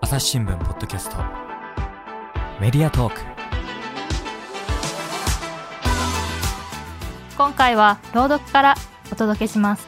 朝日新聞ポッドキャストメディアトーク。 今回は朗読からお届けします。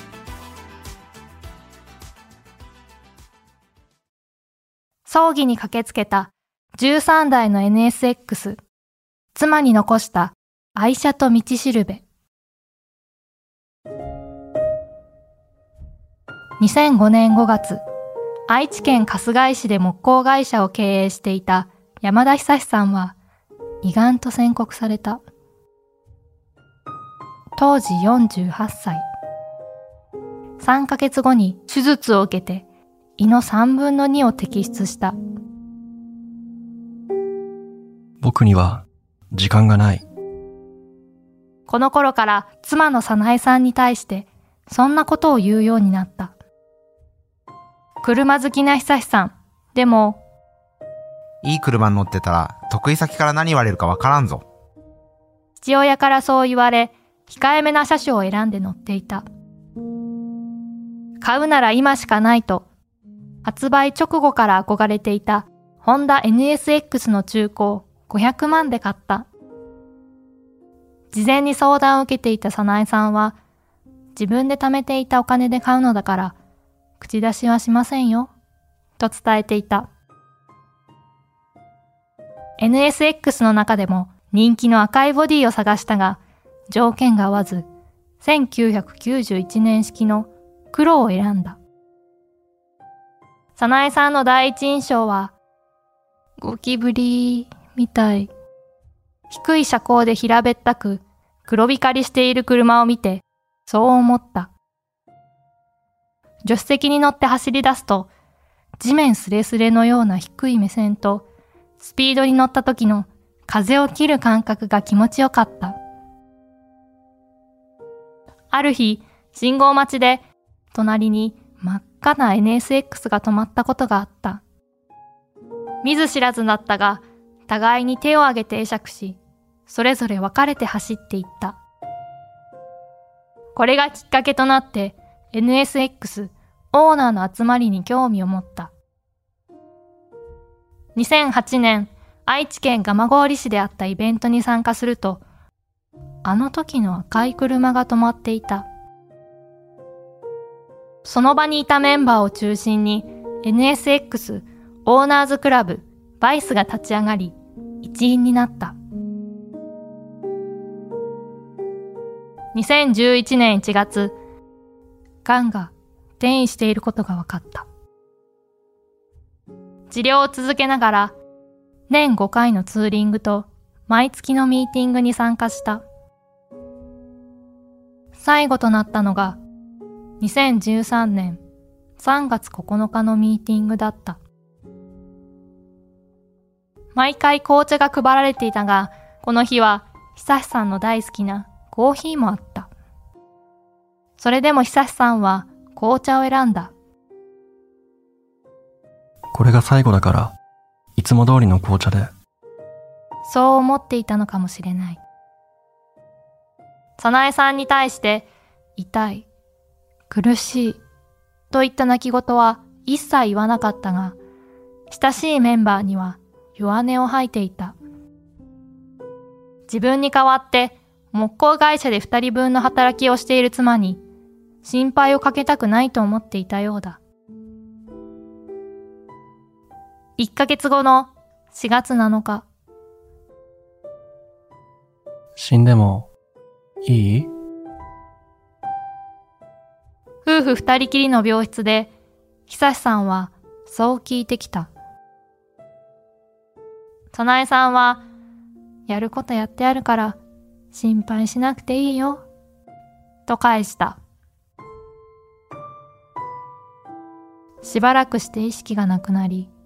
葬儀に駆けつけた13台の NSX、 妻に残した愛車と道しるべ。2005年5月、愛知県春日井市で木工会社を経営していた山田久さんは胃がんと宣告された。当時48歳。3ヶ月後に手術を受けて胃の3分の2を摘出した。 僕には時間がない。 この頃から妻の早苗さんに対してそんなことを言うようになった。車好きな久さん。でも、 いい車に乗ってたら得意先から何言われるかわからんぞ。 父親からそう言われ、控えめな車種を選んで乗っていた。買うなら今しかないと、発売直後から憧れていたホンダ NSX の中古を500万で買った。事前に相談を受けていた早苗さんは、自分で貯めていたお金で買うのだから、口出しはしませんよ、と伝えていた。NSX の中でも人気の赤いボディを探したが、条件が合わず、1991年式の黒を選んだ。早苗さんの第一印象は、ゴキブリみたい。低い車高で平べったく、黒光りしている車を見て、そう思った。助手席に乗って走り出すと、地面すれすれのような低い目線と、スピードに乗った時の風を切る感覚が気持ちよかった。ある日、信号待ちで、隣に真っ赤な NSX が止まったことがあった。見ず知らずだったが、互いに手を挙げて会釈し、それぞれ分かれて走っていった。これがきっかけとなって、NSX オーナーの集まりに興味を持った。2008年、愛知県蒲郡市であったイベントに参加すると、あの時の赤い車が止まっていた。その場にいたメンバーを中心に NSX オーナーズクラブバイスが立ち上がり、一員になった。2011年1月、がんが転移していることが分かった。治療を続けながら、年5回のツーリングと毎月のミーティングに参加した。最後となったのが、2013年3月9日のミーティングだった。毎回紅茶が配られていたが、この日は久さんの大好きなコーヒーもあった。それでも久さんは紅茶を選んだ。 これが最後だから、いつも通りの紅茶で。 そう思っていたのかもしれない。早苗さんに対して、痛い、苦しい、といった泣き言は一切言わなかったが、親しいメンバーには弱音を吐いていた。自分に代わって木工会社で2人分の働きをしている妻に心配をかけたくないと思っていたようだ。1ヶ月後の4月7日。 死んでもいい？ 夫婦2人きりの病室で、久さんはそう聞いてきた。早苗さんは、やることやってあるから心配しなくていいよ、と返した。しばらくして意識がなくなり、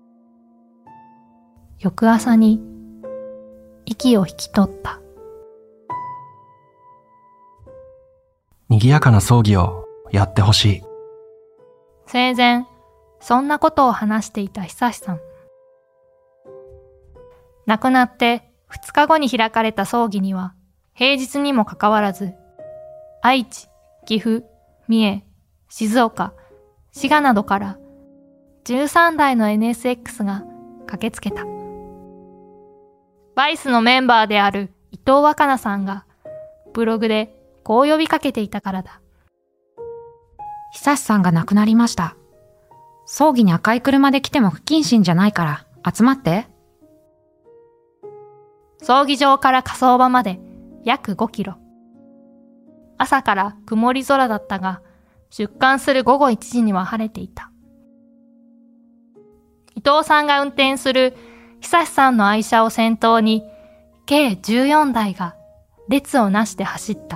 翌朝に息を引き取った。 賑やかな葬儀をやってほしい。 生前、そんなことを話していた久さん。亡くなって2日後に開かれた葬儀には、平日にもかかわらず、愛知、岐阜、三重、静岡、滋賀などから 13台の NSX が駆けつけた。バイスのメンバーである伊藤若菜さんがブログでこう呼びかけていたからだ。 久志さんが亡くなりました。葬儀に赤い車で来ても不謹慎じゃないから集まって。 葬儀場から火葬場まで約5キロ。朝から曇り空だったが、出棺する午後1時には晴れていた。伊藤さんが運転する久志さんの愛車を先頭に、計14台が列をなして走った。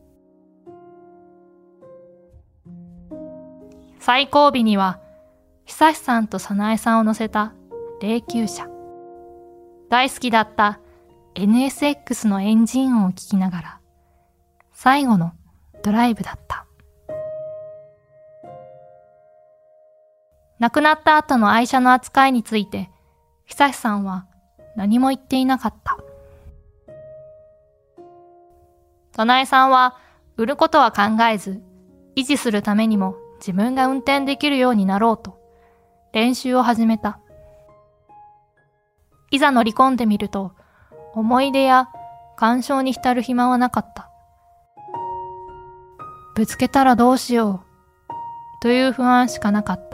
最後尾には、久志さんと早苗さんを乗せた霊柩車。大好きだった NSX のエンジン音を聞きながら、最後のドライブだった。亡くなった後の愛車の扱いについて、久志さんは何も言っていなかった。早苗さんは売ることは考えず、維持するためにも自分が運転できるようになろうと、練習を始めた。いざ乗り込んでみると、思い出や感傷に浸る暇はなかった。ぶつけたらどうしよう、という不安しかなかった。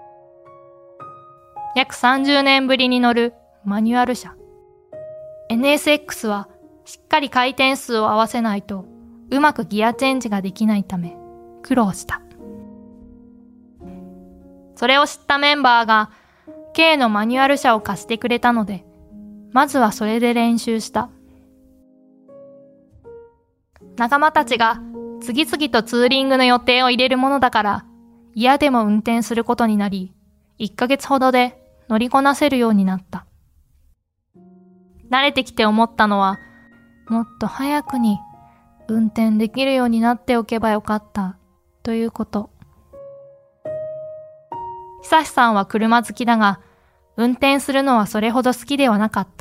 約30年ぶりに乗るマニュアル車。NSX はしっかり回転数を合わせないとうまくギアチェンジができないため苦労した。それを知ったメンバーが K のマニュアル車を貸してくれたので、まずはそれで練習した。仲間たちが次々とツーリングの予定を入れるものだから嫌でも運転することになり、1ヶ月ほどで乗りこなせるようになった。慣れてきて思ったのは、もっと早くに運転できるようになっておけばよかったということ。久志さんは車好きだが、運転するのはそれほど好きではなかった。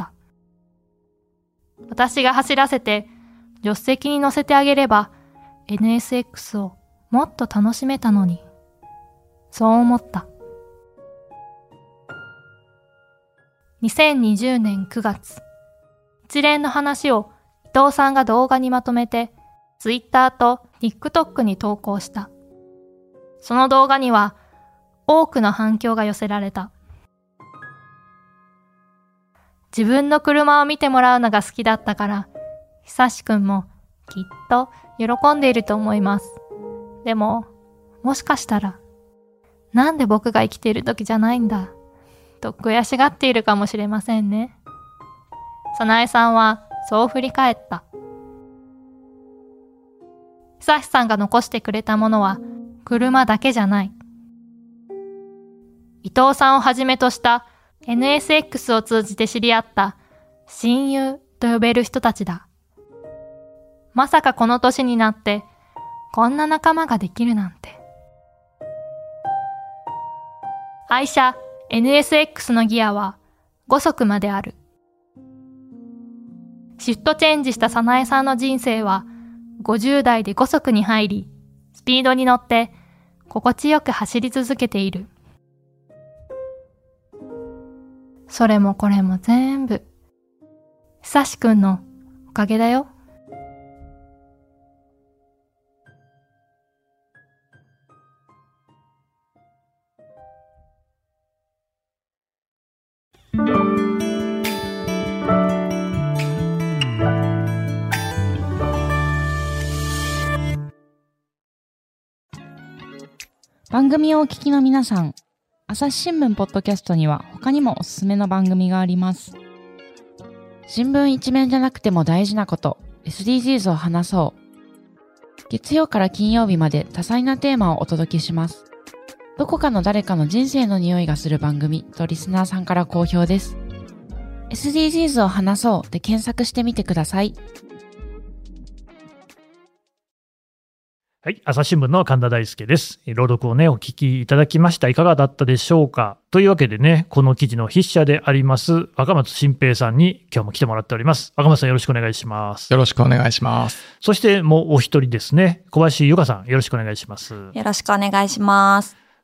私が走らせて助手席に乗せてあげれば NSX をもっと楽しめたのに、そう思った。2020年9月、一連の話を伊藤さんが動画にまとめて、Twitter と TikTok に投稿した。その動画には多くの反響が寄せられた。自分の車を見てもらうのが好きだったから、久志くんもきっと喜んでいると思います。でも、もしかしたら、なんで僕が生きている時じゃないんだ、と悔しがっているかもしれませんね。早苗さんはそう振り返った。久志さんが残してくれたものは車だけじゃない。伊藤さんをはじめとした NSX を通じて知り合った親友と呼べる人たちだ。まさかこの年になってこんな仲間ができるなんて。愛車NSX のギアは5速まである。シフトチェンジした早苗さんの人生は50代で5速に入り、スピードに乗って心地よく走り続けている。それもこれも全部、久志くんのおかげだよ。 番組をお聞きの皆さん、朝日新聞ポッドキャストには他にもおすすめの番組があります。新聞一面じゃなくても大事なこと、SDGs を話そう。月曜から金曜日まで多彩なテーマをお届けします。どこかの誰かの人生の匂いがする番組とリスナーさんから好評です。SDGs を話そうで検索してみてください。 はい。朝日新聞の神田大輔です。朗読をね、お聞きいただきました。いかがだったでしょうか。というわけでね、この記事の筆者であります、若松新平さんに今日も来てもらっております。若松さんよろしくお願いします。 よろしくお願いします。 そしてもうお一人ですね、小林由香さんよろしくお願いします。 よろしくお願いします。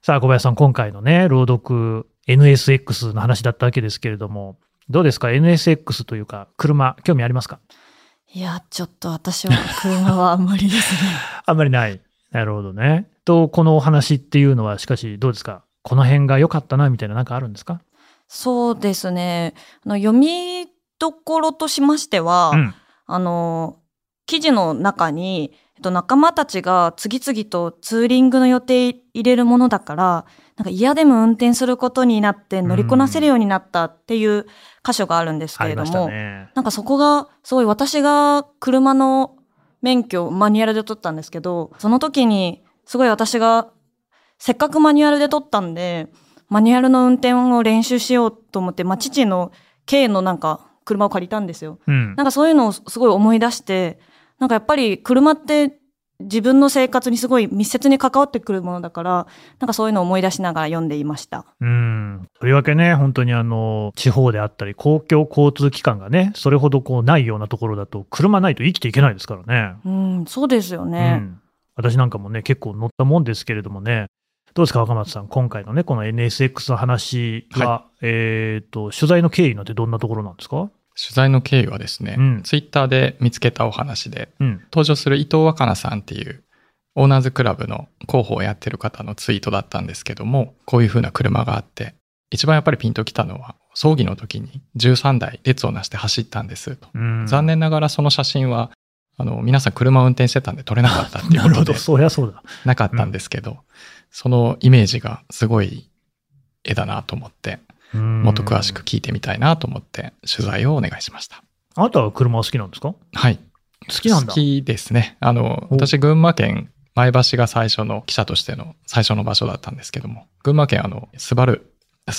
さあ、小林さん、今回のね、朗読 NSX の話だったわけですけれども、どうですか NSX というか、車、興味ありますか？ いや、ちょっと私は車はあんまりですね。 あんまりない。なるほどね。と、このお話っていうのは、しかしどうですか？この辺が良かったな、みたいななんかあるんですか？ そうですね。読みどころとしましては、記事の中に、仲間たちが次々とツーリングの予定入れるものだから、なんか嫌でも運転することになって乗りこなせるようになったっていう箇所があるんですけれども、なんかそこがすごい私が車の免許マニュアルで取ったんですけど、その時にすごい私がせっかくマニュアルで取ったんで、マニュアルの運転を練習しようと思って、父の軽のなんか車を借りたんですよ。なんかそういうのをすごい思い出して、なんかやっぱり車って自分の生活にすごい密接に関わってくるものだから、なんかそういうのを思い出しながら読んでいました。 とりわけね、本当に地方であったり、公共交通機関がね、それほどこうないようなところだと、車ないと生きていけないですからね。 そうですよね。 私なんかもね、結構乗ったもんですけれどもね、どうですか、若松さん、今回のね、この NSX の話は、取材の経緯なんてどんなところなんですか？ 取材の経緯はですね、ツイッターで見つけたお話で、登場する伊藤若菜さんっていうオーナーズクラブの広報をやってる方のツイートだったんですけども、こういう風な車があって、一番やっぱりピンときたのは、葬儀の時に13台列をなして走ったんですと。残念ながらその写真は、皆さん車を運転してたんで撮れなかったっていうことで、 そりゃそうだ。 なかったんですけど、そのイメージがすごい絵だなと思って、もっと詳しく聞いてみたいなと思って取材をお願いしました。 あなたは車は好きなんですか？ はい。 好きなんだ。 好きですね。私、群馬県前橋が最初の記者としての最初の場所だったんですけども、群馬県スバル。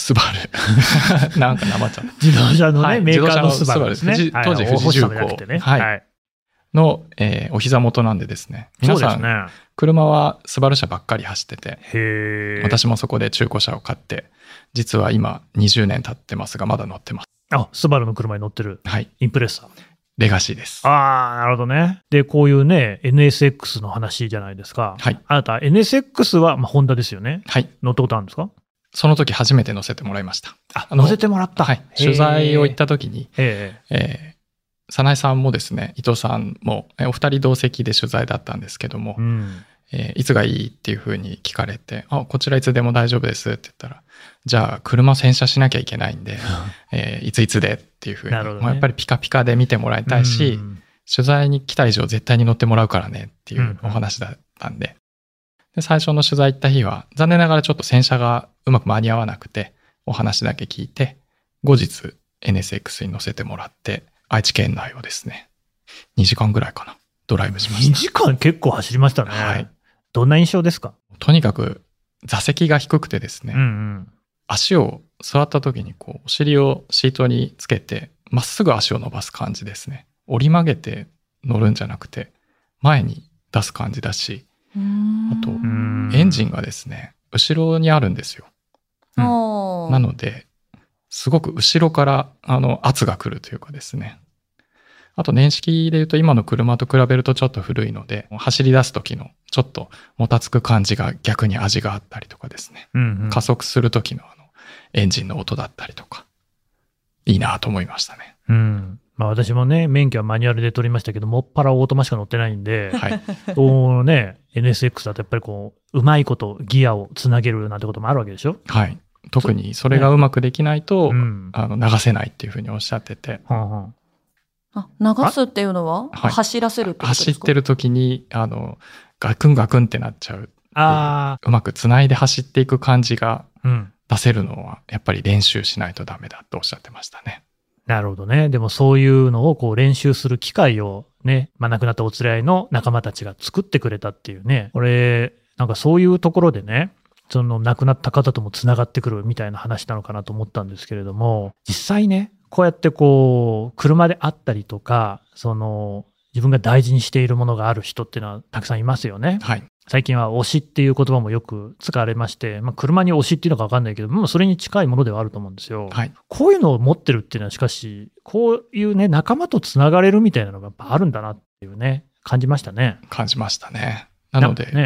なんかなまっちゃった。 自動車のね、 はい、 メーカーのスバルですね。 当時富士重工、の、お膝元なんでですね。皆さん、車はスバル車ばっかり走ってて、私もそこで中古車を買って、実は今20年経ってますが、まだ乗ってます。 あ、スバルの車に乗ってる。 はい。 インプレッサー。 レガシーです。 ああ、なるほどね。で、こういうね、NSX の話じゃないですか。 はい。 あなた、NSX は、ホンダですよね。 はい。 乗ったことあるんですか？ その時初めて乗せてもらいました。 乗せてもらった。 はい。取材を行った時に、早苗さんもですね、伊藤さんも、お二人同席で取材だったんですけども、いつがいいっていうふうに聞かれて、こちらいつでも大丈夫ですって言ったら、じゃあ車洗車しなきゃいけないんで、いついつでっていうふうに、やっぱりピカピカで見てもらいたいし、取材に来た以上絶対に乗ってもらうからねっていうお話だったんで、で最初の取材行った日は、残念ながらちょっと洗車がうまく間に合わなくて、お話だけ聞いて、後日 NSX に乗せてもらって、愛知県内をですね、2時間ぐらいかな、ドライブしました。 2時間結構走りましたね。はい。どんな印象ですか？ とにかく座席が低くてですね、足を座った時にこうお尻をシートにつけてまっすぐ足を伸ばす感じですね。折り曲げて乗るんじゃなくて前に出す感じだし、あとエンジンがですね後ろにあるんですよ。なのですごく後ろから圧が来るというかですね。あと年式で言うと今の車と比べるとちょっと古いので、走り出す時のちょっともたつく感じが逆に味があったりとかですね。加速する時のエンジンの音だったりとか、いいなと思いましたね。 私もね、免許はマニュアルで取りましたけど、もっぱらオートマしか乗ってないんで、 はい。 NSX だとやっぱりうまいことギアをつなげるなんてこともあるわけでしょ？ はい。特にそれがうまくできないと、流せないっていうふうにおっしゃってて。 流すっていうのは、走らせるってことですか？ 走ってる時にガクンガクンってなっちゃう。うまくつないで走っていく感じが出せるのはやっぱり練習しないとダメだとおっしゃってましたね。 なるほどね。でもそういうのを練習する機会をね、亡くなったお連れ合いの仲間たちが作ってくれたっていうね。俺なんかそういうところでね、その亡くなった方ともつながってくるみたいな話なのかなと思ったんですけれども、実際ね、こうやって車であったりとか、自分が大事にしているものがある人っていうのはたくさんいますよね。 はい。 最近は推しっていう言葉もよく使われまして、車に推しっていうのか分かんないけど、もうそれに近いものではあると思うんですよ。 はい。 こういうのを持ってるっていうのはしかし、こういうね、仲間とつながれるみたいなのがやっぱあるんだなっていうね、感じましたね。 感じましたね。なので、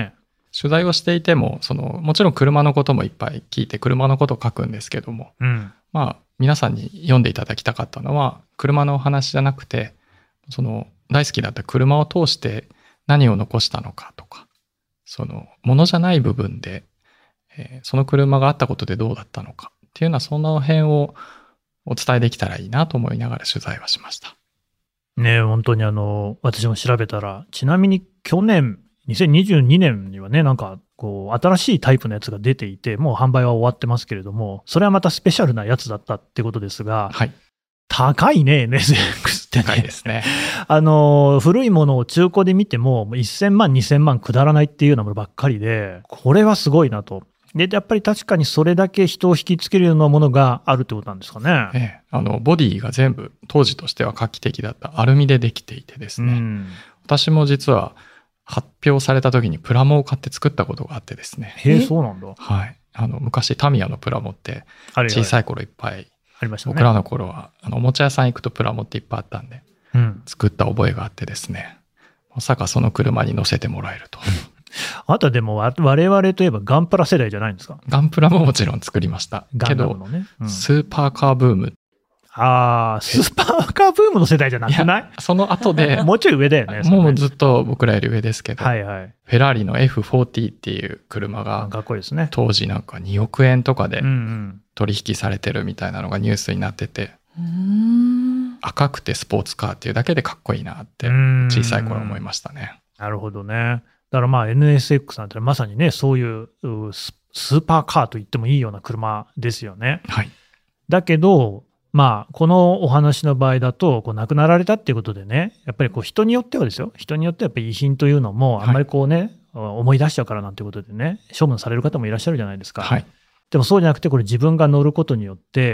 取材をしていても、もちろん車のこともいっぱい聞いて、車のことを書くんですけども、皆さんに読んでいただきたかったのは、車のお話じゃなくて、大好きだった車を通して何を残したのかとか、ものじゃない部分で、その車があったことでどうだったのかっていうような、その辺をお伝えできたらいいなと思いながら取材はしました。 ね、本当に私も調べたら、ちなみに去年、2022年にはね、なんか新しいタイプのやつが出ていて、もう販売は終わってますけれども、それはまたスペシャルなやつだったってことですが、 はい、 高いね、NSX ってね。 高いですね。 古いものを中古で見ても、1000万、2000万くだらないっていうようなものばっかりで、これはすごいなと。で、やっぱり確かにそれだけ人を引きつけるようなものがあるってことなんですかね。 ボディが全部当時としては画期的だったアルミでできていてですね、私も実は発表された時にプラモを買って作ったことがあってですね。 へえ、そうなんだ。 はい。昔タミヤのプラモって小さい頃いっぱいありましたね。 僕らの頃はおもちゃ屋さん行くとプラモっていっぱいあったんで、作った覚えがあってですね、まさかその車に乗せてもらえると。 あとはでも我々といえばガンプラ世代じゃないんですか？ ガンプラももちろん作りました。 ガンダムのね。 スーパーカーブーム。 スーパーカーブームの世代じゃなくない？ その後で。 もうちょい上だよね。 もうずっと僕らより上ですけど。 はいはい。 フェラーリの F40 っていう車が。 かっこいいですね。 当時なんか2億円とかで取引されてるみたいなのがニュースになってて。赤くてスポーツカーっていうだけでかっこいいなって小さい頃思いましたね。 なるほどね。だからNSX なんてまさにね、そういうスーパーカーと言ってもいいような車ですよね。 はい。 だけど、このお話の場合だと、亡くなられたっていうことでね、やっぱり人によってはですよ、人によってはやっぱり遺品というのも、あんまり思い出しちゃうからなんてことでね、処分される方もいらっしゃるじゃないですか。 はい。 でもそうじゃなくて、これ自分が乗ることによって、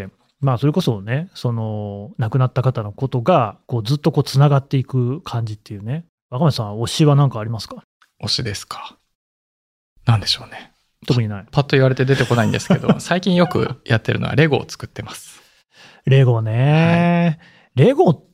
それこそね、亡くなった方のことが、ずっとつながっていく感じっていうね。若松さん、推しは何かありますか？ 推しですか。なんでしょうね。 特にない。 パッと言われて出てこないんですけど、最近よくやってるのはレゴを作ってます。 レゴね、レゴって、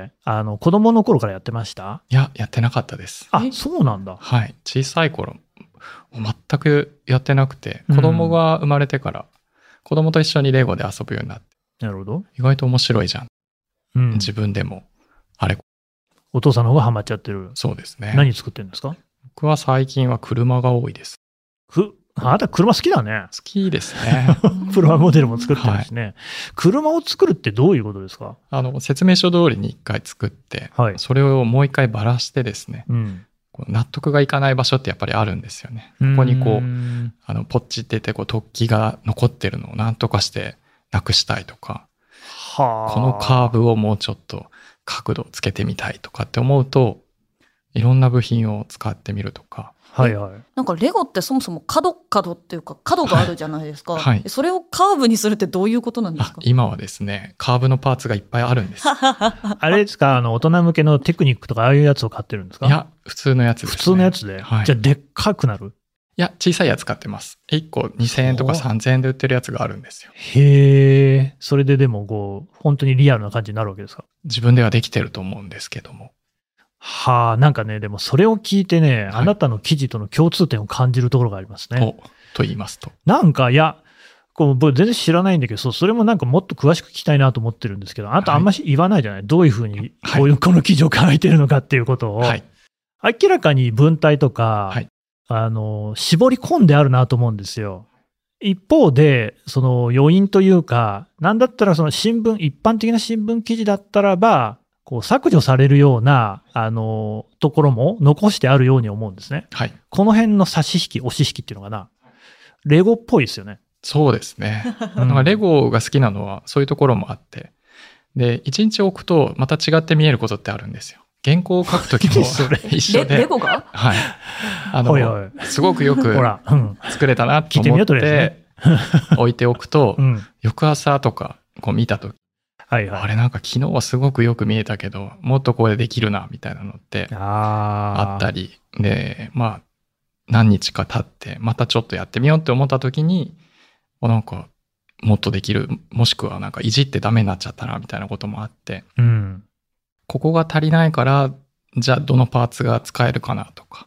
子供の頃からやってました？ いや、やってなかったです。 そうなんだ。 はい。小さい頃、全くやってなくて、子供が生まれてから、子供と一緒にレゴで遊ぶようになって。 なるほど。 意外と面白いじゃん。自分でも、 お父さんの方がハマっちゃってる。 そうですね。 何作ってるんですか？ 僕は最近は車が多いです。 あなた車好きだね。 好きですね。 プロモデルも作ってるしね、車を作るってどういうことですか？ 説明書通りに一回作って、それをもう一回ばらしてですね、納得がいかない場所ってやっぱりあるんですよね。ここにポッチってて突起が残ってるのを何とかしてなくしたいとか、このカーブをもうちょっと角度をつけてみたいとかって思うと、いろんな部品を使ってみるとか。 なんかレゴってそもそも角っていうか角があるじゃないですか。それをカーブにするってどういうことなんですか？ 今はですね、カーブのパーツがいっぱいあるんです。 あれですか、大人向けのテクニックとかああいうやつを買ってるんですか？ いや、普通のやつですね。 普通のやつで、じゃあでっかくなる？ いや、小さいやつ買ってます。1個2000円とか3000円で売ってるやつがあるんですよ。 へえ。それででも本当にリアルな感じになるわけですか？ 自分ではできてると思うんですけども。 なんかね、でもそれを聞いてね、あなたの記事との共通点を感じるところがありますね。 と言いますと。 なんか、僕全然知らないんだけど、それもなんかもっと詳しく聞きたいなと思ってるんですけど、あなたあんまり言わないじゃない？どういうふうにこの記事を書いてるのかっていうことを。明らかに文体とか、絞り込んであるなと思うんですよ。一方で、その余韻というか、なんだったらその一般的な新聞記事だったらば、削除されるような、ところも残してあるように思うんですね。この辺の差し引き、押し引きっていうのかな。レゴっぽいですよね。 そうですね。レゴが好きなのはそういうところもあって。で、一日置くとまた違って見えることってあるんですよ。原稿を書くときも一緒で。 レゴが？ すごくよく作れたなと思って置いておくと、翌朝とか見たとき、あれなんか昨日はすごくよく見えたけど、もっとこれできるなみたいなのってあったり、で、何日か経ってまたちょっとやってみようって思ったときに、なんかもっとできる、もしくはなんかいじってダメになっちゃったなみたいなこともあって、ここが足りないから、じゃあどのパーツが使えるかなとか、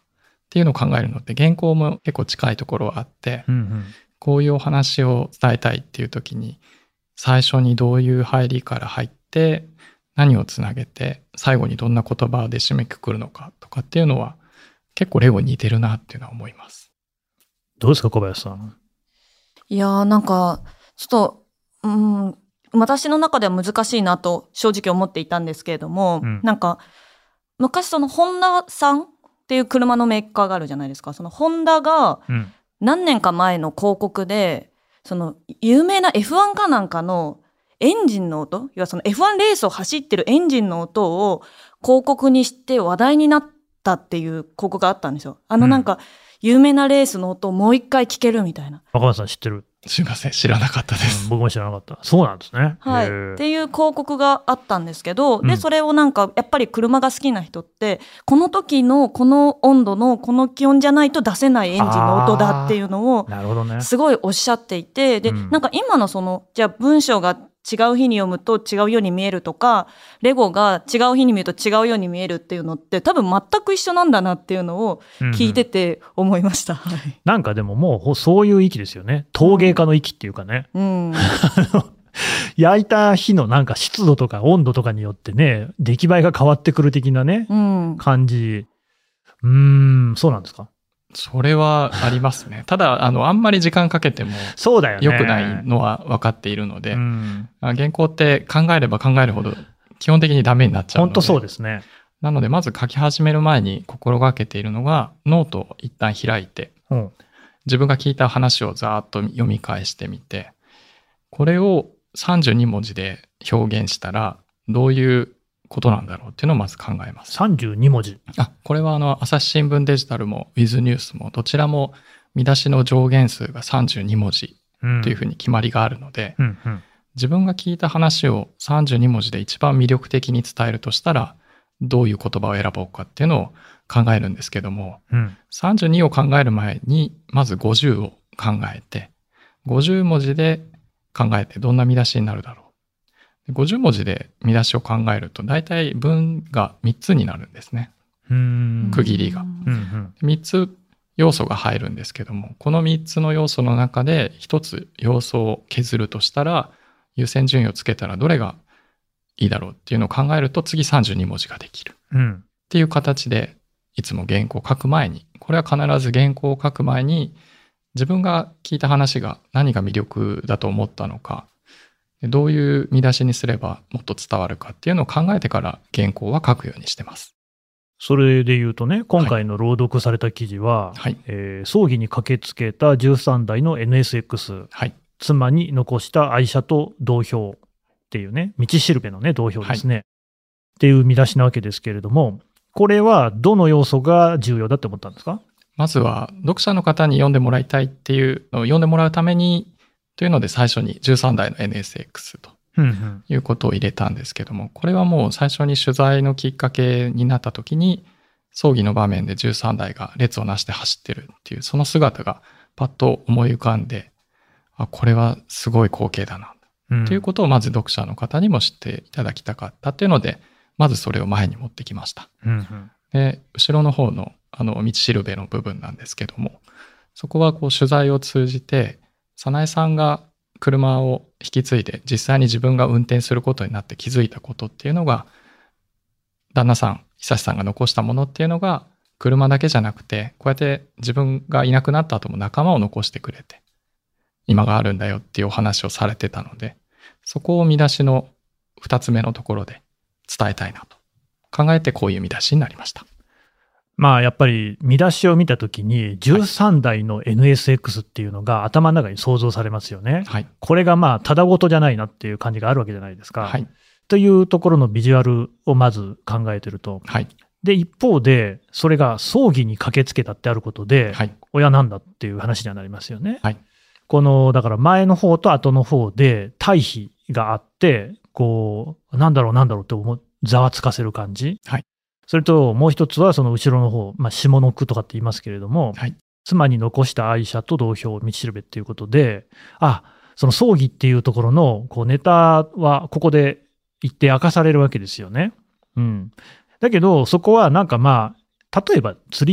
っていうのを考えるのって原稿も結構近いところはあって、こういうお話を伝えたいっていう時に最初にどういう入りから入って何をつなげて最後にどんな言葉で締めくくるのかとかっていうのは結構レゴに似てるなっていうのは思います。 どうですか小林さん。 いやーなんかちょっと私の中では難しいなと正直思っていたんですけれども、なんか昔そのホンダさんっていう車のメーカーがあるじゃないですか。そのホンダが何年か前の広告でその有名な F1 かなんかのエンジンの音、要はその F1 レースを走ってるエンジンの音を広告にして話題になったっていう広告があったんですよ。なんか有名なレースの音をもう一回聞けるみたいな。 若林さん知ってる？ すいません、知らなかったです。 僕も知らなかった。そうなんですね。 はい。っていう広告があったんですけど、で、それをなんか、やっぱり車が好きな人って、この時のこの温度のこの気温じゃないと出せないエンジンの音だっていうのを、すごいおっしゃっていて、で、なんか今のじゃあ文章が違う日に読むと違うように見えるとか、レゴが違う日に見ると違うように見えるっていうのって多分全く一緒なんだなっていうのを聞いてて思いました。 なんかでももうそういう域ですよね。陶芸家の域っていうかね。焼いた日のなんか湿度とか温度とかによってね、出来栄えが変わってくる的なね、感じ。そうなんですか？ それはありますね。ただ、あんまり時間かけても良くないのは分かっているので、原稿って考えれば考えるほど基本的にダメになっちゃうので。 本当そうですね。 なので、まず書き始める前に心がけているのが、ノートを一旦開いて、自分が聞いた話をざーっと読み返してみて、これを32文字で表現したら、どういうことなんだろうっていうのをまず考えます。 32文字。 これは朝日新聞デジタルも Wiz ニュースもどちらも見出しの上限数が32文字というふうに決まりがあるので、自分が聞いた話を32文字で一番魅力的に伝えるとしたらどういう言葉を選ぼうかっていうのを考えるんですけども、32を考える前にまず50を考えて、50文字で考えてどんな見出しになるだろう。50文字で見出しを考えると大体文が3つになるんですね。区切りが。3つ要素が入るんですけども、この3つの要素の中で1つ要素を削るとしたら、優先順位をつけたらどれがいいだろうっていうのを考えると次32文字ができる。っていう形でいつも原稿を書く前に、これは必ず原稿を書く前に自分が聞いた話が何が魅力だと思ったのか、どういう見出しにすればもっと伝わるかっていうのを考えてから原稿は書くようにしてます。 それで言うとね、今回の朗読された記事は、葬儀に駆けつけた13台の NSX、妻に残した愛車と同票っていうね、道しるべのね、同票ですね、っていう見出しなわけですけれども、これはどの要素が重要だって思ったんですか？ まずは読者の方に読んでもらいたいっていうのを読んでもらうためにというので最初に13台の NSX ということを入れたんですけども、これはもう最初に取材のきっかけになった時に葬儀の場面で13台が列をなして走ってるっていうその姿がパッと思い浮かんで、これはすごい光景だなということをまず読者の方にも知っていただきたかったというので、まずそれを前に持ってきました。で、後ろの方の道しるべの部分なんですけども、そこはこう取材を通じて早苗さんが車を引き継いで実際に自分が運転することになって気づいたことっていうのが、旦那さん久さんが残したものっていうのが車だけじゃなくて、こうやって自分がいなくなった後も仲間を残してくれて今があるんだよっていうお話をされてたので、そこを見出しの2つ目のところで伝えたいなと考えてこういう見出しになりました。 やっぱり見出しを見たときに13台の NSX っていうのが頭の中に想像されますよね。これがただごとじゃないなっていう感じがあるわけじゃないですか。というところのビジュアルをまず考えてると。で、一方でそれが葬儀に駆けつけたってあることで、親なんだっていう話にはなりますよね。このだから前の方と後の方で対比があって、こうなんだろうってざわつかせる感じ。それともう一つはその後ろの方、下の句とかって言いますけれども、妻に残した愛車と同票道しるべっていうことで、その葬儀っていうところのこうネタはここで言って明かされるわけですよね。だけどそこはなんか例えば釣り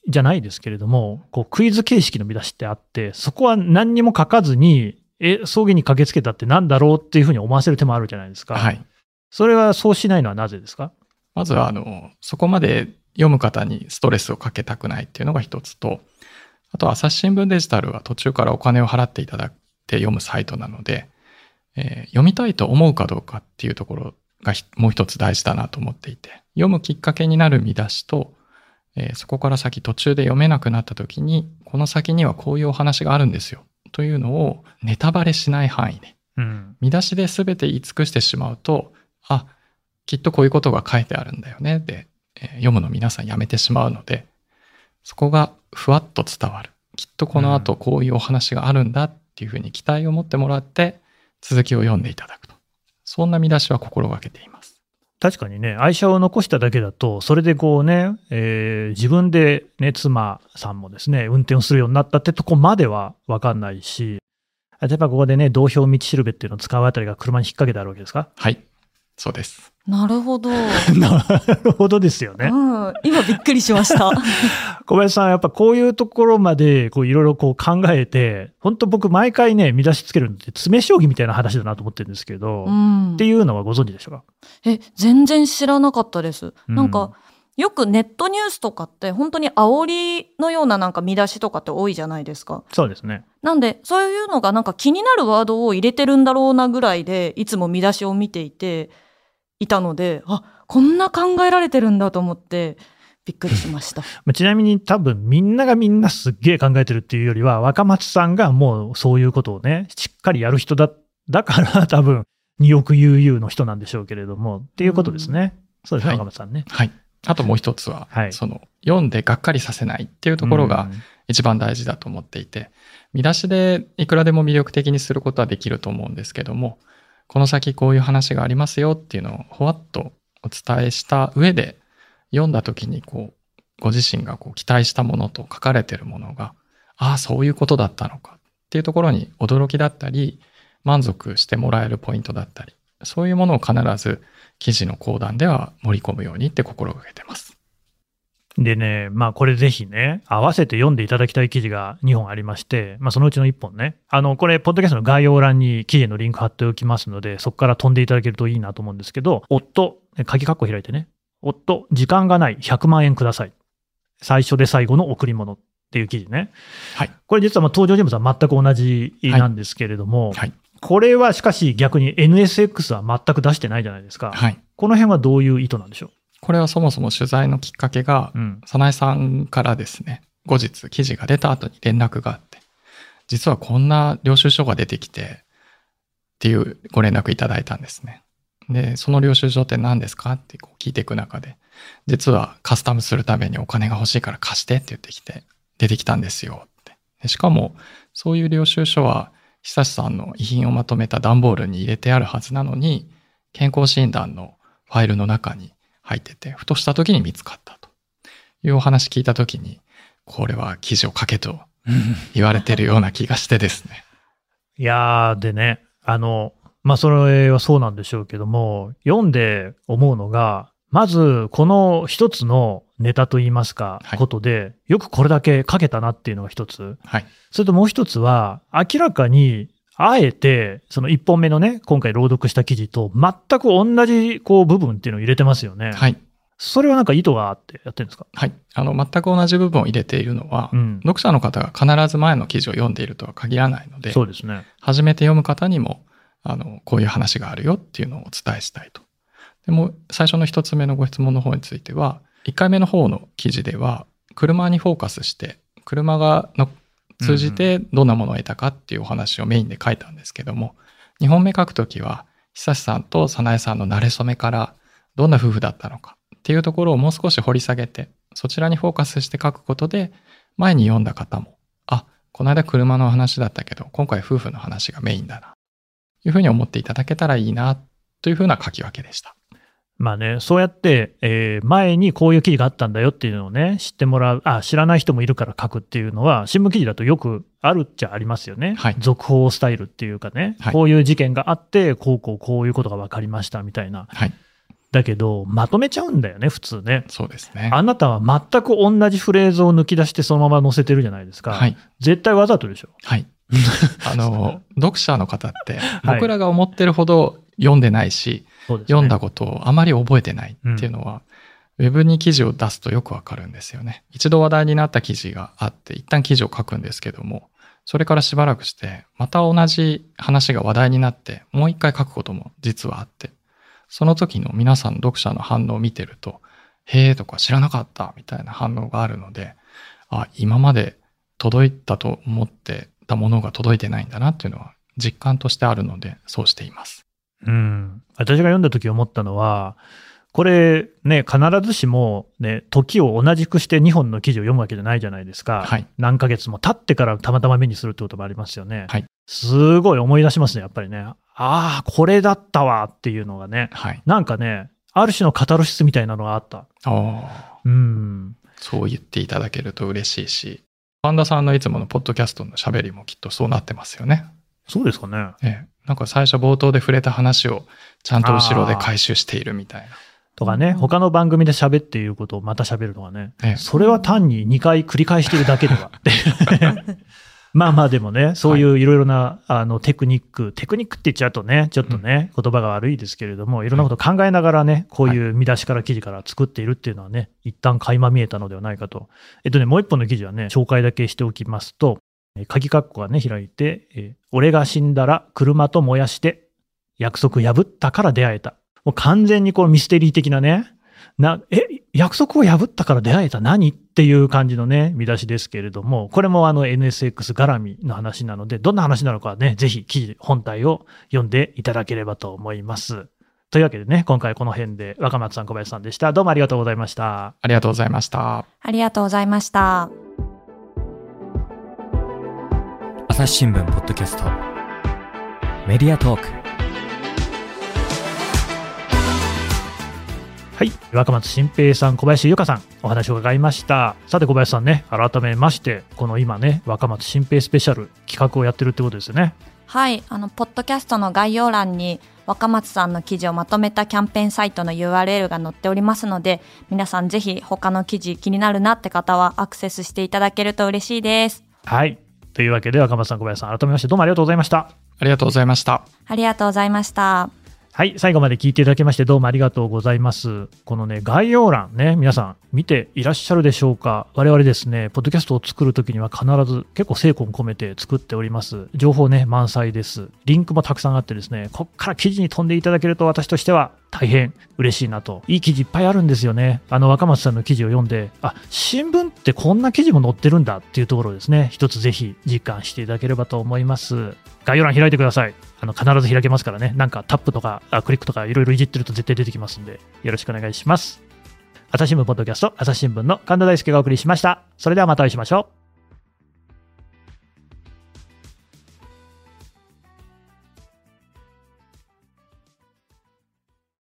じゃないですけれども、こうクイズ形式の見出しってあって、そこは何にも書かずに、葬儀に駆けつけたってなんだろうっていうふうに思わせる手もあるじゃないですか。 はい。 それはそうしないのはなぜですか？ まずは、そこまで読む方にストレスをかけたくないっていうのが一つと、あと朝日新聞デジタルは途中からお金を払っていただいて読むサイトなので、読みたいと思うかどうかっていうところがもう一つ大事だなと思っていて、読むきっかけになる見出しと、そこから先途中で読めなくなった時に、この先にはこういうお話があるんですよというのをネタバレしない範囲で、見出しで全て言い尽くしてしまうと、きっとこういうことが書いてあるんだよねで、読むの皆さんやめてしまうので、そこがふわっと伝わる。きっとこの後こういうお話があるんだっていうふうに期待を持ってもらって続きを読んでいただくと。そんな見出しは心がけています。 確かにね、愛車を残しただけだと、それでこうね、自分でね、妻さんもですね、運転をするようになったってとこまでは分かんないし、例えばここでね、道標道しるべっていうのを使うあたりが車に引っ掛けてあるわけですか？ はい、そうです。 なるほど。 なるほどですよね。 今びっくりしました。 小林さん、やっぱこういうところまでこういろいろこう考えて、本当僕毎回ね、見出しつけるのって詰め将棋みたいな話だなと思ってるんですけど、っていうのはご存知でしょうか？ 全然知らなかったです。なんか、よくネットニュースとかって本当に煽りのようななんか見出しとかって多いじゃないですか。 そうですね。 なんで、そういうのがなんか気になるワードを入れてるんだろうなぐらいで、いつも見出しを見ていたので、こんな考えられてるんだと思ってびっくりしました。 ちなみに多分みんながみんなすっげえ考えてるっていうよりは、若松さんがもうそういうことをね、しっかりやる人だから多分2億悠々の人なんでしょうけれども、っていうことですね。そうですね、若松さんね。 はい。あともう一つは、読んでがっかりさせないっていうところが一番大事だと思っていて、見出しでいくらでも魅力的にすることはできると思うんですけども、この先こういう話がありますよっていうのをほわっとお伝えした上で、読んだ時にご自身が期待したものと書かれているものが、そういうことだったのかっていうところに驚きだったり、満足してもらえるポイントだったり、そういうものを必ず記事の後段では盛り込むようにって心がけてます。 でね、これぜひね、合わせて読んでいただきたい記事が2本ありまして、そのうちの1本ね、これ、ポッドキャストの概要欄に記事のリンク貼っておきますので、そこから飛んでいただけるといいなと思うんですけど、鍵括弧開いてね、時間がない100万円ください。最初で最後の贈り物っていう記事ね。 はい。 これ実は登場人物は全く同じなんですけれども、これはしかし逆に NSX は全く出してないじゃないですか。この辺はどういう意図なんでしょう？ これはそもそも取材のきっかけが、早苗さんからですね、後日記事が出た後に連絡があって、実はこんな領収書が出てきてっていうご連絡いただいたんですね。で、その領収書って何ですかって聞いていく中で、実はカスタムするためにお金が欲しいから貸してって言ってきて、出てきたんですよって。でしかも、そういう領収書は、久志さんの遺品をまとめた段ボールに入れてあるはずなのに、健康診断のファイルの中に入ってて、ふとした時に見つかったというお話聞いた時に、これは記事を書けと言われてるような気がしてですね。 いやー、でね、それはそうなんでしょうけども、読んで思うのが、まずこの一つのネタといいますか、ことで、よくこれだけ書けたなっていうのが一つ。それともう一つは、明らかに、あえて、その一本目のね、今回朗読した記事と全く同じ部分っていうのを入れてますよね。それはなんか意図があってやってるんですか？ 全く同じ部分を入れているのは、読者の方が必ず前の記事を読んでいるとは限らないので、 そうですね。 初めて読む方にも、こういう話があるよっていうのをお伝えしたいと。でも、最初の一つ目のご質問の方については、1回目の方の記事では、車にフォーカスして、車が通じてどんなものを得たかっていうお話をメインで書いたんですけども、2本目書くときは、久志さんと早苗さんの馴れ初めからどんな夫婦だったのかっていうところをもう少し掘り下げて、そちらにフォーカスして書くことで、前に読んだ方も、この間車の話だったけど、今回夫婦の話がメインだな、というふうに思っていただけたらいいな、というふうな書き分けでした。 そうやって、前にこういう記事があったんだよっていうのをね、知ってもらう、知らない人もいるから書くっていうのは、新聞記事だとよくあるっちゃありますよね。続報スタイルっていうかね、こういう事件があって、こういうことが分かりましたみたいな。 だけど、まとめちゃうんだよね、普通ね。 そうですね。 あなたは全く同じフレーズを抜き出してそのまま載せてるじゃないですか。 はい。 絶対わざとでしょ。 はい。読者の方って僕らが思ってるほど読んでないし、はい、読んだことをあまり覚えてないっていうのは、ウェブに記事を出すとよくわかるんですよね。一度話題になった記事があって、一旦記事を書くんですけども、それからしばらくして、また同じ話が話題になって、もう一回書くことも実はあって、その時の皆さん読者の反応を見てると、へーとか知らなかったみたいな反応があるので、今まで届いたと思ってたものが届いてないんだなっていうのは実感としてあるので、そうしています。 私が読んだ時思ったのは、これね、必ずしもね、時を同じくして2本の記事を読むわけじゃないじゃないですか。 はい、 何ヶ月も経ってからたまたま目にするってこともありますよね。 はい、 すごい思い出しますね、やっぱりね。これだったわっていうのがね、 はい、 なんかね、ある種のカタルシスみたいなのがあった。 そう言っていただけると嬉しいし、パンダさんのいつものポッドキャストの喋りもきっとそうなってますよね。 そうですかね。 なんか最初冒頭で触れた話をちゃんと後ろで回収しているみたいな。 とかね、他の番組で喋っていることをまた喋るとかね、それは単に2回繰り返しているだけでは。まあでもね、そういういろいろなテクニックって言っちゃうとね、ちょっとね、言葉が悪いですけれども、いろんなことを考えながらね、こういう見出しから記事から作っているっていうのはね、一旦垣間見えたのではないかと。もう一本の記事はね、紹介だけしておきますと、鍵括弧がね、開いて、俺が死んだら車と燃やして約束破ったから出会えた。もう完全にこのミステリー的なね、約束を破ったから出会えた何っていう感じのね、見出しですけれども、これもNSX 絡みの話なので、どんな話なのかね、ぜひ記事本体を読んでいただければと思います。というわけでね、今回この辺で若松さん、小林さんでした。どうもありがとうございました。 ありがとうございました。 ありがとうございました。 朝日新聞ポッドキャストメディアトーク。 はい、若松新平さん、小林由香さん、お話を伺いました。さて小林さんね、改めましてこの今ね、若松新平スペシャル企画をやってるってことですよね。 はい、ポッドキャストの概要欄に若松さんの記事をまとめたキャンペーンサイトの URL が載っておりますので、皆さんぜひ他の記事気になるなって方はアクセスしていただけると嬉しいです。 はい、というわけで若松さん、小林さん、改めましてどうもありがとうございました。 ありがとうございました。 ありがとうございました。 はい、最後まで聞いていただきましてどうもありがとうございます。このね、概要欄ね、皆さん見ていらっしゃるでしょうか。我々ですね、ポッドキャストを作るときには必ず結構精魂込めて作っております。情報ね、満載です。リンクもたくさんあってですね、こっから記事に飛んでいただけると私としては大変嬉しいなと。いい記事いっぱいあるんですよね。若松さんの記事を読んで、新聞ってこんな記事も載ってるんだっていうところをですね、一つぜひ実感していただければと思います。概要欄開いてください。必ず開けますからね。なんかタップとかクリックとかいろいろいじってると絶対出てきますんで、よろしくお願いします。朝日新聞ポッドキャスト、朝日新聞の神田大輔がお送りしました。それではまたお会いしましょう。